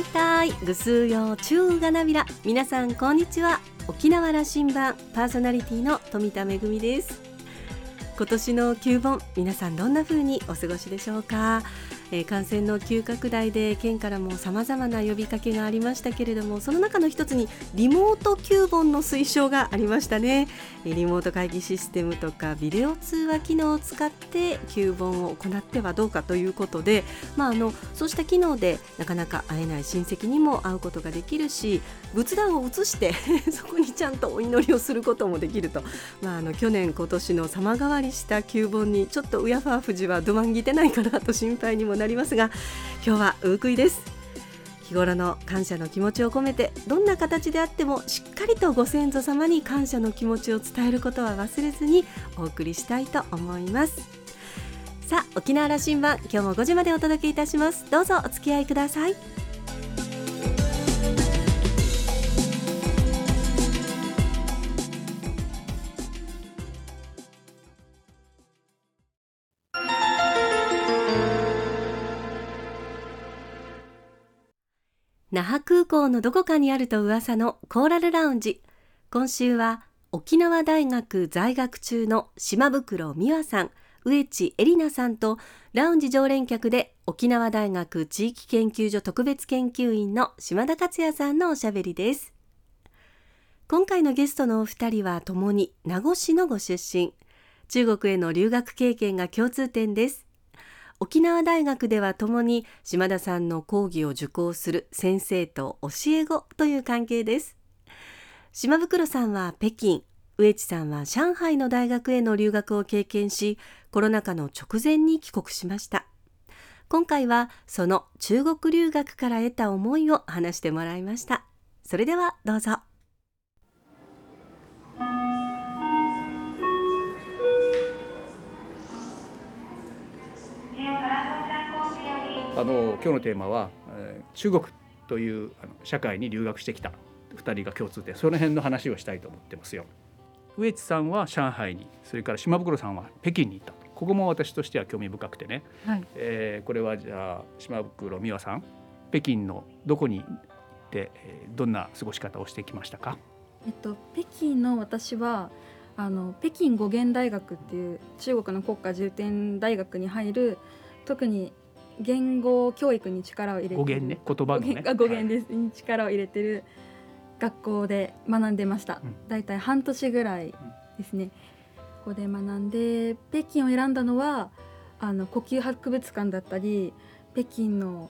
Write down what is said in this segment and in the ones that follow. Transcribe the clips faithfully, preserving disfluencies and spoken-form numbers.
たいぐすうようちゅうがなびら。皆さんこんにちは。沖縄羅針盤パーソナリティの富田恵です。今年の旧盆、皆さんどんな風にお過ごしでしょうか。えー、感染の急拡大で県からも様々な呼びかけがありましたけれども、その中の一つにリモート旧盆の推奨がありましたね。えー、リモート会議システムとかビデオ通話機能を使って旧盆を行ってはどうかということで、まあ、あのそうした機能でなかなか会えない親戚にも会うことができるし、仏壇を移してそこにちゃんとお祈りをすることもできると、まあ、あの去年今年の様変わりした旧盆にちょっとウヤファー富士はどまんぎてないかなと心配にもなりますが、今日はウークイです。日頃の感謝の気持ちを込めて、どんな形であってもしっかりとご先祖様に感謝の気持ちを伝えることは忘れずにお送りしたいと思います。さあ、沖縄羅針盤、今日もごじまでお届けいたします。どうぞお付き合いください。那覇空港のどこかにあると噂のコーラルラウンジ。今週は沖縄大学在学中の島袋美和さん、上地恵里奈さんとラウンジ常連客で沖縄大学地域研究所特別研究員の島田克也さんのおしゃべりです。今回のゲストのお二人はともに名護市のご出身。中国への留学経験が共通点です。沖縄大学ではともに島田さんの講義を受講する先生と教え子という関係です。島袋さんは北京、上地さんは上海の大学への留学を経験し、コロナ禍の直前に帰国しました。今回はその中国留学から得た思いを話してもらいました。それではどうぞ。 あの今日のテーマは、えー、中国というあの社会に留学してきたふたりが共通点、その辺の話をしたいと思ってますよ。上地さんは上海に、それから島袋さんは北京に行った。ここも私としては興味深くてね、はい、えー、これはじゃあ島袋美和さん、北京のどこに行って、えー、どんな過ごし方をしてきましたか。 えっと、北京の私はあの北京語源大学っていう中国の国家重点大学に入る、特に言語教育に力を入れてる、 語源ね、言葉のね、 語源です、はい、に力を入れてる学校で学んでました。だいたい半年ぐらいですね、うん、ここで学んで、北京を選んだのはあの呼吸博物館だったり、北京の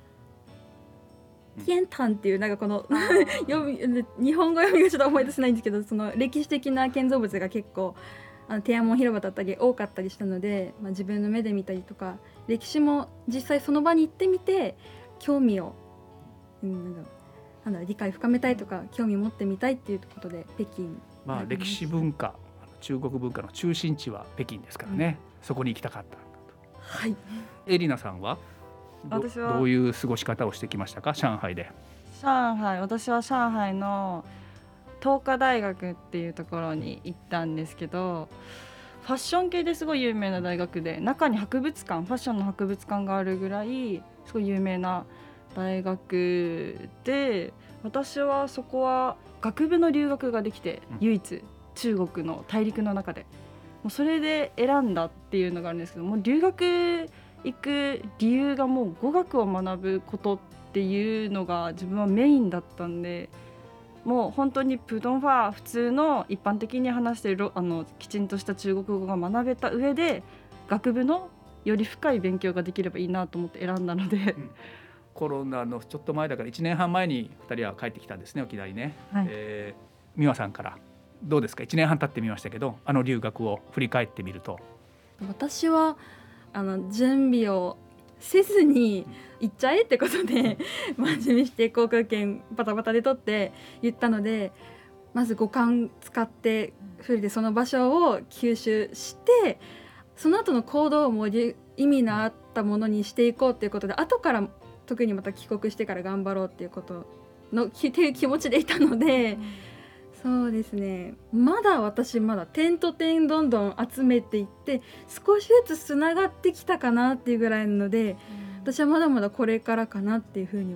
ティエンタンっていうなんかこの読み日本語読みがちょっと思い出せないんですけど、その歴史的な建造物が結構あの天安門広場だったり多かったりしたので、まあ、自分の目で見たりとか、歴史も実際その場に行ってみて興味を、うん、なんだ理解深めたいとか興味持ってみたいっていうことで北京、 まあ、歴史文化、中国文化の中心地は北京ですからね、うん、そこに行きたかった。 はい。 エリナさんはど, 私はどういう過ごし方をしてきましたか、上海で。 上海、私は上海の東華大学っていうところに行ったんですけど、ファッション系ですごい有名な大学で、中に博物館、ファッションの博物館があるぐらいすごい有名な大学で、私はそこは学部の留学ができて、唯一中国の大陸の中でもうそれで選んだっていうのがあるんですけど、もう留学行く理由がもう語学を学ぶことっていうのが自分はメインだったんで、もう本当にプドンファー、普通の一般的に話しているあのきちんとした中国語が学べた上で、学部のより深い勉強ができればいいなと思って選んだので、うん、 コロナのちょっと前だからいちねんはん前にふたりは帰ってきたんですね、沖縄にね、 はい。 えー、美和さんからどうですか。いちねんはん経ってみましたけど、あの留学を振り返ってみると。 私はあの準備をせずに行っちゃえってことでまあ準備して航空券バタバタで取って言ったので、まず五感使ってフルでその場所を吸収して、その後の行動も意味のあったものにしていこうっていうことで、後から特にまた帰国してから頑張ろうっていうことのっていう気持ちでいたので、うん、そうですね、まだ私まだ点と点どんどん集めていって、少しずつつながってきたかなっていうぐらいなので、うん、私はまだまだこれからかなっていうふうには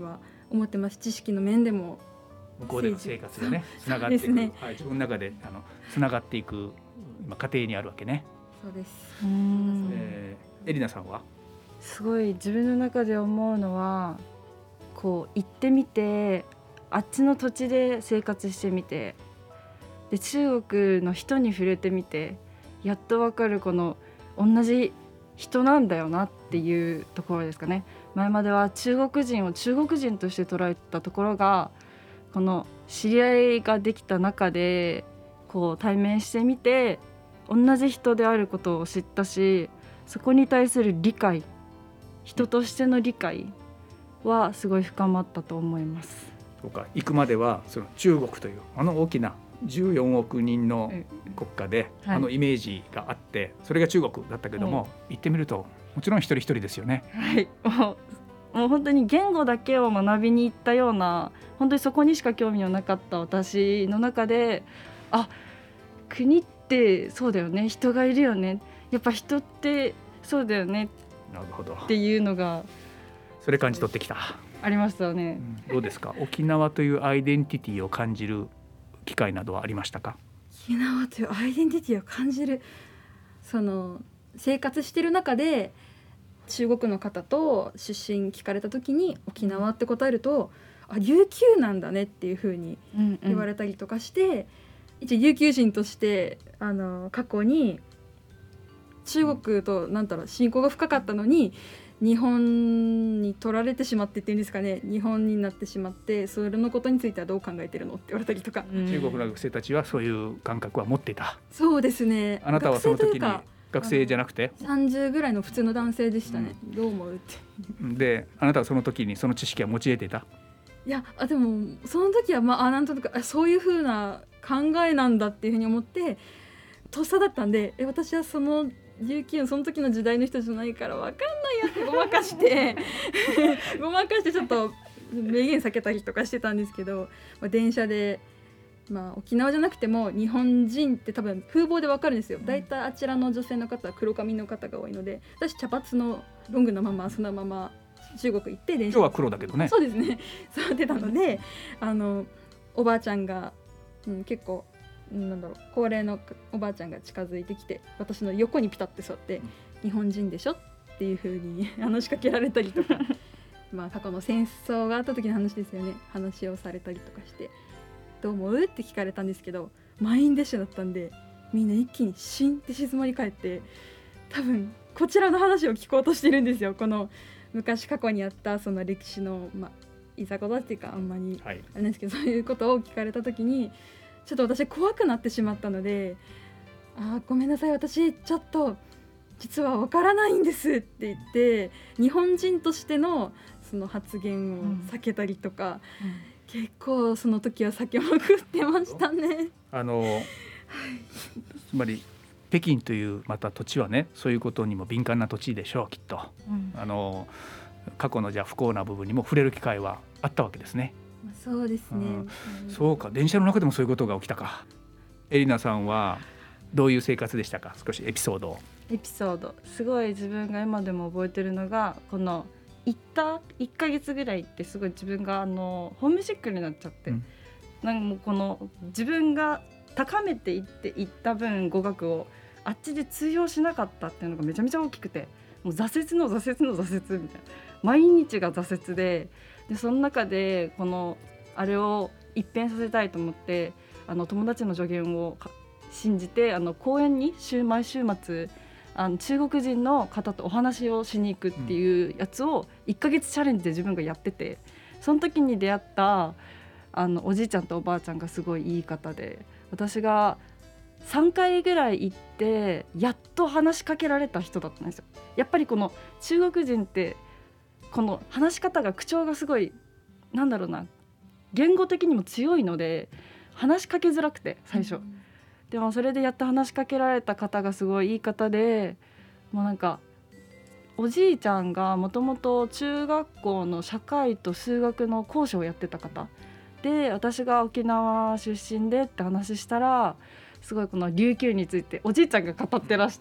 思ってます。知識の面でも向こうでの生活でねつながっていく、 ね、 はい、自分の中であのつながっていく今過程にあるわけね。 そうです。 うん、 えー、エリナさんはすごい自分の中で思うのはこう行ってみてあっちの土地で生活してみてで中国の人に触れてみてやっと分かるこの同じ人なんだよなっていうところですかね。前までは中国人を中国人として捉えたところがこの知り合いができた中でこう対面してみて同じ人であることを知ったしそこに対する理解人としての理解はすごい深まったと思います。 そうか、行くまではその中国というあの大きなじゅうよんおくにんの国家で、はい、あのイメージがあってそれが中国だったけども、はい、行ってみるともちろん一人一人ですよね。 はい、もう、もう本当に言語だけを学びに行ったような本当にそこにしか興味のなかった私の中であ国ってそうだよね人がいるよねやっぱ人ってそうだよねなるほどっていうのがそれ感じ取ってきたありましたね、 うん、どうですか沖縄というアイデンティティを感じる機会などはありましたか。 沖縄というアイデンティティを感じるその生活してる中で中国の方と出身聞かれた時に沖縄って答えるとあ琉球なんだねっていう風に言われたりとかして、うんうん、一応琉球人としてあの過去に中国となんだろう親交が深かったのに日本に取られてしまってっていうんですかね日本になってしまってそれのことについてはどう考えてるのって言われたりとか、 うん、中国の学生たちはそういう感覚は持っていた。 そうですね。 あなたはその時に学生じゃなくてさんじゅうぐらいの普通の男性でしたね、うん、どう思うってであなたはその時にその知識は持ち得ていた。 いやあでもその時はまあなんとなくそういう風な考えなんだっていうふうに思ってとっさだったんでえ私はその琉球のその時の時代の人じゃないから分かんないやってごまかしてごまかしてちょっと名言避けたりとかしてたんですけど、まあ、電車で、まあ、沖縄じゃなくても日本人って多分風貌で分かるんですよ。だいたいあちらの女性の方は黒髪の方が多いので私茶髪のロングのままそのまま中国行って電車今日は黒だけどね。 そうですねそう出たのであのおばあちゃんが、うん、結構なんだろう高齢のおばあちゃんが近づいてきて私の横にピタッて座って、うん、日本人でしょっていう風に話しかけられたりとかまあ過去の戦争があった時の話ですよね話をされたりとかしてどう思うって聞かれたんですけど満員電車だったんでみんな一気にシンって静まり返って多分こちらの話を聞こうとしてるんですよ。この昔過去にあったその歴史の、まあ、いざこざっていうかあんまりあれですけど、はい、そういうことを聞かれた時にちょっと私怖くなってしまったのであごめんなさい私ちょっと実はわからないんですって言って日本人としてのその発言を避けたりとか、うんうん、結構その時は避けまくってましたね。 あの、はい、つまり北京というまた土地はねそういうことにも敏感な土地でしょうきっと、うん、あの過去のじゃあ不幸な部分にも触れる機会はあったわけですね。 そうですね、 うん、そうか電車の中でもそういうことが起きたか。エリナさんはどういう生活でしたか。少しエピソードを。 エピソードすごい自分が今でも覚えてるのがこの行ったいっかげつぐらいってすごい自分があのホームシックになっちゃって、うん、なんかもうこの自分が高めていっていった分語学をあっちで通用しなかったっていうのがめちゃめちゃ大きくてもう挫折の挫折の挫折みたいな毎日が挫折で、でその中でこのあれを一変させたいと思ってあの友達の助言を信じてあの公園に週毎週末あの中国人の方とお話をしに行くっていうやつをいっかげつチャレンジで自分がやっててその時に出会ったあのおじいちゃんとおばあちゃんがすごいいい方で私がさんかいぐらい行ってやっと話しかけられた人だったんですよ。やっぱりこの中国人ってこの話し方が口調がすごいなんだろうな言語的にも強いので話しかけづらくて最初、うん、でもそれでやっと話しかけられた方がすごいいい方でもうなんかおじいちゃんがもともと中学校の社会と数学の講師をやってた方で私が沖縄出身でって話したらすごいこの琉球についておじいちゃんが語ってらして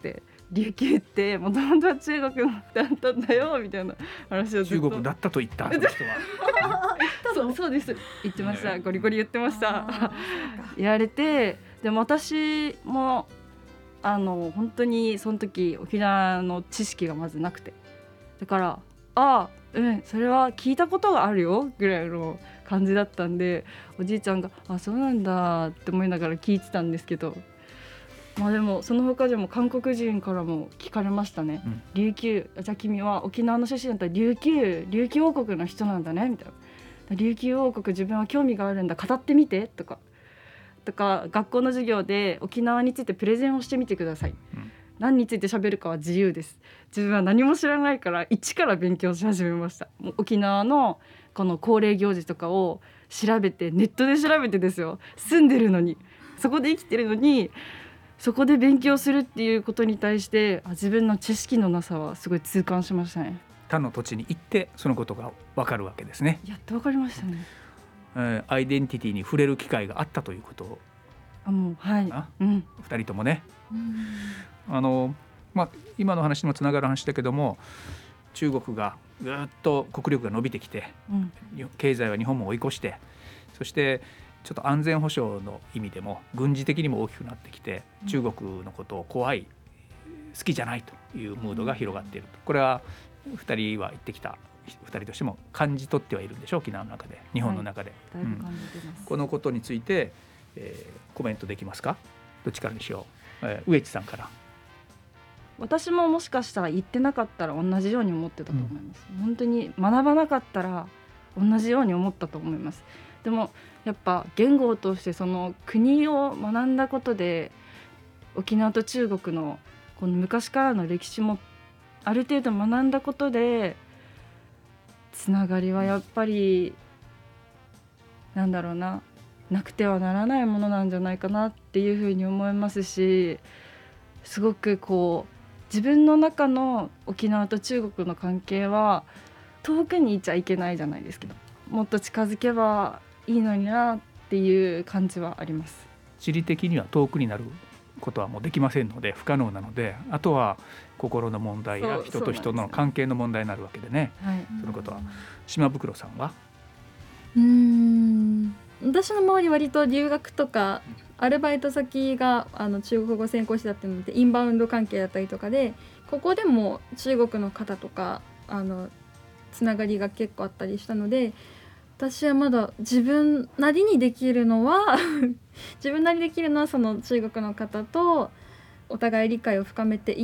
琉球ってもともとは中国だったんだよみたいな話をずっと中国だったと言ったその人はそうそうです言ってました、 ねゴリゴリ言ってましたあーそうか言われて、でも私もあの本当にその時沖縄の知識がまずなくて、だからああうんそれは聞いたことがあるよぐらいの感じだったんで、おじいちゃんがあそうなんだって思いながら聞いてたんですけど、まあでもその他でも韓国人からも聞かれましたね、うん、琉球じゃあ君は沖縄の出身だったら琉球琉球王国の人なんだねみたいな、琉球王国自分は興味があるんだ語ってみてとかとか、学校の授業で沖縄についてプレゼンをしてみてください、うん、何について喋るかは自由です。自分は何も知らないから一から勉強し始めました。もう沖縄のこの恒例行事とかを調べて、ネットで調べてですよ、住んでるのにそこで生きてるのにそこで勉強するっていうことに対してあ自分の知識のなさはすごい痛感しましたね。 他の土地に行ってそのことが分かるわけですね。 やっと分かりましたね、 えー、アイデンティティに触れる機会があったということをあもうはい、うん、 ふたりともね、あの、まあ、今の話にもつながる話だけども、中国がぐっと国力が伸びてきて、うん、経済は日本も追い越して、そしてちょっと安全保障の意味でも軍事的にも大きくなってきて、中国のことを怖い好きじゃないというムードが広がっていると、これはふたりは言ってきたふたりとしても感じ取ってはいるんでしょう、沖縄の中で日本の中で、 はい、だいぶ感じてます、 うん、このことについて、えー、コメントできますか。どっちからにしよう、えー、植地さんから。 私ももしかしたら言ってなかったら同じように思ってたと思います、うん、本当に学ばなかったら同じように思ったと思います。でもやっぱ言語を通してその国を学んだことで、沖縄と中国のこの昔からの歴史もある程度学んだことで、つながりはやっぱりなんだろうな、なくてはならないものなんじゃないかなっていうふうに思いますし、すごくこう自分の中の沖縄と中国の関係は遠くにいちゃいけないじゃないですけど、もっと近づけばいいのになっていう感じはあります。 地理的には遠くになることはもうできませんので、不可能なので、あとは心の問題や人と人の関係の問題になるわけでね。 はい、 そのことは島袋さんは。 うーん私の周り割と留学とかアルバイト先があの中国語専攻してたっていうのでインバウンド関係だったりとかで、ここでも中国の方とかあのつながりが結構あったりしたので、私はまだ自分なりにできるのは自分なりにできるのはその中国の方とお互い理解を深めていって、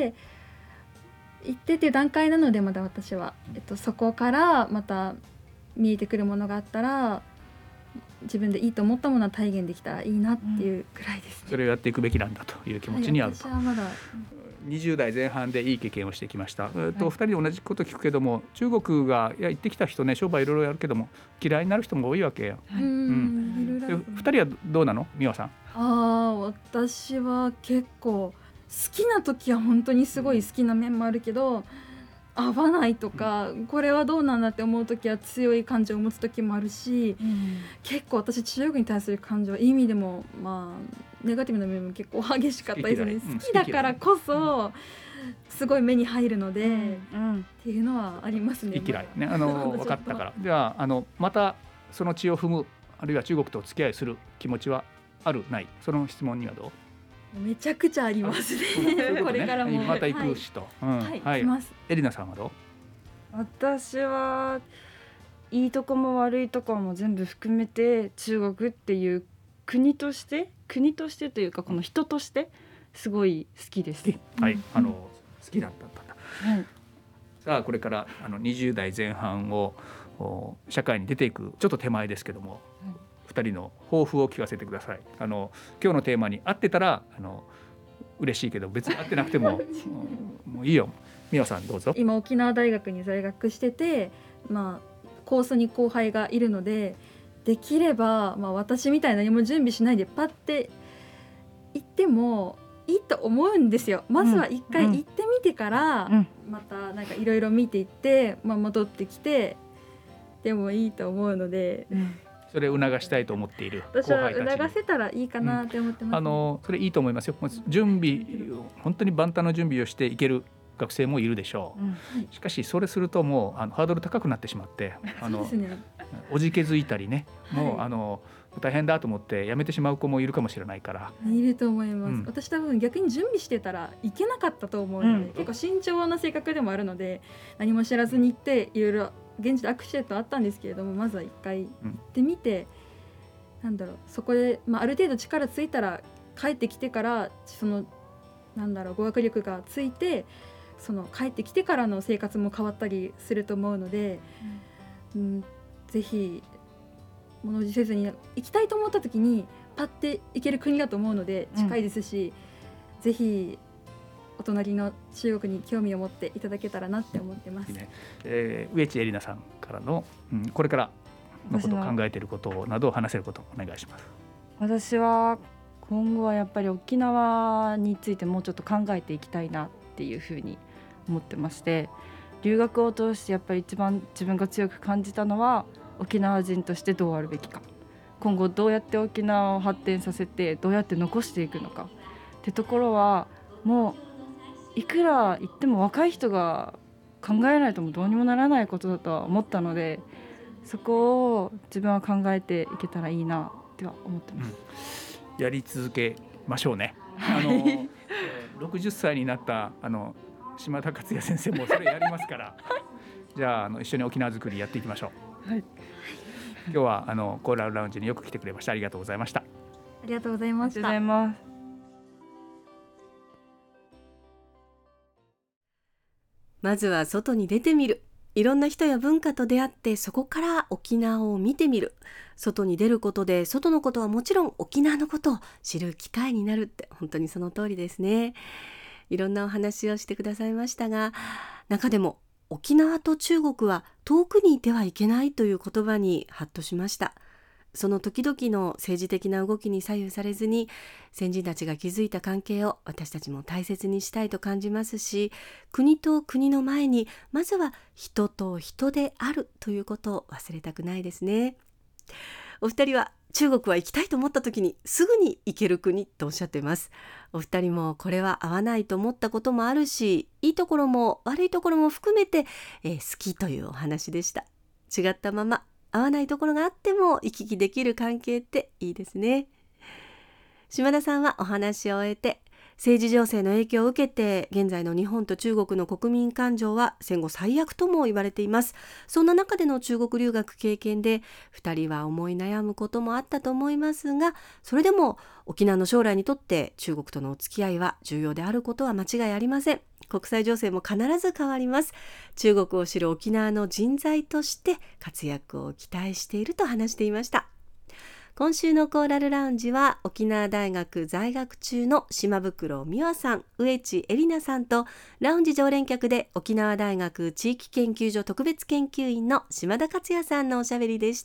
うん、いってっていう段階なので、まだ私は、えっと、そこからまた見えてくるものがあったら自分でいいと思ったものは体現できたらいいなっていうくらいですね、うん、 それをやっていくべきなんだという気持ちにあると、 はい、私はまだにじゅう代前半でいい経験をしてきました、えーとはい、ふたりで同じこと聞くけども、中国がいや行ってきた人ね、商売いろいろやるけども嫌いになる人も多いわけや、 はい、うん、 でふたりはどうなの、美和さん。 あ私は結構好きな時は本当にすごい好きな面もあるけど、合わないとか、うん、これはどうなんだって思う時は強い感情を持つ時もあるし、うん、結構私中国に対する感情はいい意味でもまあネガティブな面も結構激しかったですね。好きだからこそすごい目に入るので、うん、っていうのはありますね。 好き嫌いね、あの分かったから。ではあのまたその血を踏む、あるいは中国とお付き合いする気持ちはあるない、その質問にはどう？ めちゃくちゃありますね。ううこれからもまた行くしと、はい、 うんはい、来ます。 エリナさんはどう？ 私はいいとこも悪いとこも全部含めて中国っていう国として国としてというかこの人としてすごい好きです。 はい、うん、あの好きだったんだ、はい、さあこれからあのにじゅう代前半を社会に出ていくちょっと手前ですけども、はい、ふたりの抱負を聞かせてください。あの今日のテーマに合ってたらあの嬉しいけど、別に合ってなくてももういいよ。美和さんどうぞ。 今沖縄大学に在学してて、まあ、コースに後輩がいるので、できれば、まあ、私みたいに何も準備しないでパッて行ってもいいと思うんですよ。まずは一回行ってみてから、うん、またなんかいろいろ見ていって、まあ、戻ってきてでもいいと思うので、うん、 それを促したいと思っている私は後輩たちに促せたらいいかなって思ってます、ね、 あのそれいいと思いますよ。準備本当に万端の準備をしていける学生もいるでしょう、うん、しかしそれするともうあのハードル高くなってしまってあの、ね、おじけづいたりね、もう、はい、あの大変だと思ってやめてしまう子もいるかもしれないから。 いると思います、うん、私多分逆に準備してたらいけなかったと思うので、うん、結構慎重な性格でもあるので、何も知らずに行っていろいろ現地でアクシデントあったんですけれども、まずは一回行ってみて、うん、なんだろう、そこで、まあ、ある程度力ついたら帰ってきてからそのなんだろう語学力がついて、その帰ってきてからの生活も変わったりすると思うので、うんうん、ぜひ物おじせずに行きたいと思った時にパッて行ける国だと思うので近いですし、うん、ぜひお隣の中国に興味を持っていただけたらなって思ってます、ねえー、植地絵里奈さんからの、うん、これからのことを考えていることなどを話せることをお願いします。 私は今後はやっぱり沖縄についてもうちょっと考えていきたいなっていうふうに思ってまして、留学を通してやっぱり一番自分が強く感じたのは沖縄人としてどうあるべきか、今後どうやって沖縄を発展させてどうやって残していくのかってところは、もういくら言っても若い人が考えないともどうにもならないことだとは思ったので、そこを自分は考えていけたらいいなっては思ってます、 うん、やり続けましょうね。あの、えー、ろくじゅっさいになったあの島田克也先生もそれやりますからじゃあ、あの一緒に沖縄作りやっていきましょう。はい、今日はあのコーラルラウンジによく来てくれました。ありがとうございました。 ありがとうございました。 ありがとうございます。 まずは外に出てみる、いろんな人や文化と出会って、そこから沖縄を見てみる。外に出ることで外のことはもちろん沖縄のことを知る機会になるって、本当にその通りですね。いろんなお話をしてくださいましたが、中でも沖縄と中国は遠くにいてはいけないという言葉にハッとしました。その時々の政治的な動きに左右されずに、先人たちが築いた関係を私たちも大切にしたいと感じますし、国と国の前にまずは人と人であるということを忘れたくないですね。お二人は中国は行きたいと思った時にすぐに行ける国とおっしゃっています。お二人もこれは合わないと思ったこともあるし、いいところも悪いところも含めて、えー、好きというお話でした。違ったまま合わないところがあっても行き来できる関係っていいですね。島田さんはお話を終えて、政治情勢の影響を受けて現在の日本と中国の国民感情は戦後最悪とも言われています。そんな中での中国留学経験でふたりは思い悩むこともあったと思いますが、それでも沖縄の将来にとって中国とのお付き合いは重要であることは間違いありません。国際情勢も必ず変わります。中国を知る沖縄の人材として活躍を期待していると話していました。今週のコーラルラウンジは沖縄大学在学中の島袋美和さん、植地絵里奈さんと、ラウンジ常連客で沖縄大学地域研究所特別研究員の島田克也さんのおしゃべりでした。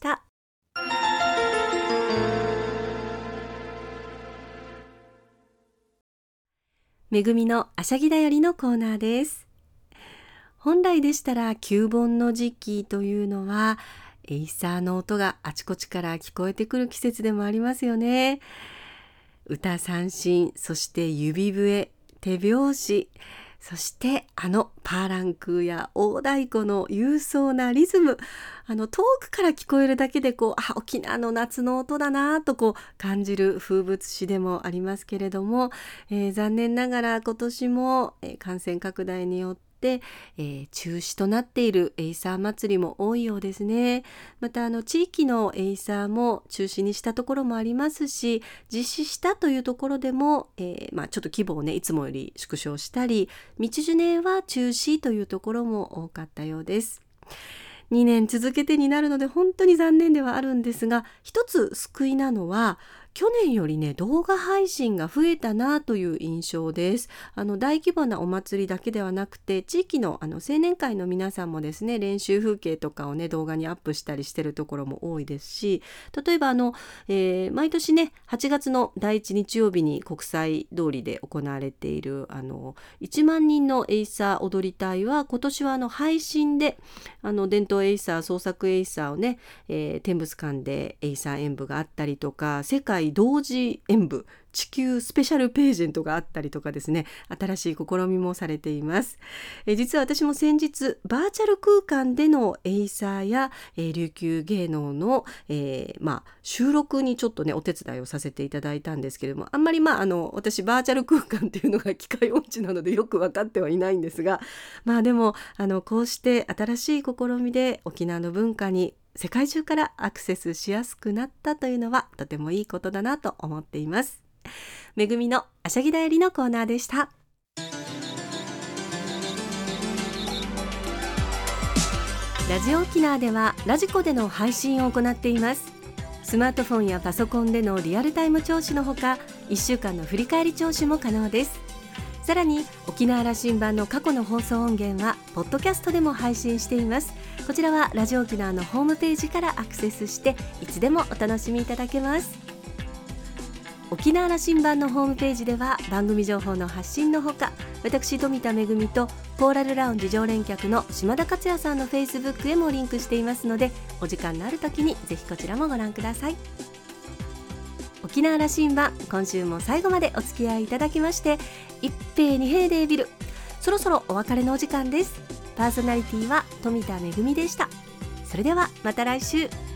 めぐみのあしゃぎだよりのコーナーです。本来でしたら旧盆の時期というのはエイサーの音があちこちから聞こえてくる季節でもありますよね。歌三振、そして指笛、手拍子、そしてあのパーランクーや大太鼓の勇壮なリズム、あの遠くから聞こえるだけでこうあ沖縄の夏の音だなとこう感じる風物詩でもありますけれども、えー、残念ながら今年も、えー、感染拡大によってでえー、中止となっているエイサー祭りも多いようですね。またあの地域のエイサーも中止にしたところもありますし、実施したというところでも、えーまあ、ちょっと規模をねいつもより縮小したり、道ジュネは中止というところも多かったようです。にねん続けてになるので本当に残念ではあるんですが、一つ救いなのは去年よりね動画配信が増えたなという印象です。あの大規模なお祭りだけではなくて、地域のあの青年会の皆さんもですね、練習風景とかをね動画にアップしたりしてるところも多いですし、例えばあの、えー、毎年ねはちがつのだいいち日曜日に国際通りで行われているあのいちまんにんのエイサー踊り隊は、今年はあの配信であの伝統エイサー創作エイサーをね、えー、天物館でエイサー演舞があったりとか、世界同時演舞地球スペシャルページェントがあったりとかですね、新しい試みもされています。え実は私も先日バーチャル空間でのエイサーや、えー、琉球芸能の、えーまあ、収録にちょっとねお手伝いをさせていただいたんですけれども、あんまりまああの私バーチャル空間っていうのが機械音痴なのでよく分かってはいないんですが、まあでもあのこうして新しい試みで沖縄の文化に世界中からアクセスしやすくなったというのはとてもいいことだなと思っています。めぐみのあしゃぎだよりのコーナーでした。ラジオ沖縄ではラジコでの配信を行っています。スマートフォンやパソコンでのリアルタイム聴取のほか、いっしゅうかんの振り返り聴取も可能です。さらに沖縄羅針盤の過去の放送音源はポッドキャストでも配信しています。こちらはラジオ沖縄のホームページからアクセスしていつでもお楽しみいただけます。沖縄羅針盤のホームページでは番組情報の発信のほか、私富田恵とポーラルラウンジ常連客の島田克也さんのフェイスブックへもリンクしていますので、お時間のある時にぜひこちらもご覧ください。沖縄羅針盤、今週も最後までお付き合いいただきまして一平二平デービル、そろそろお別れのお時間です。パーソナリティは富田恵でした。それではまた来週。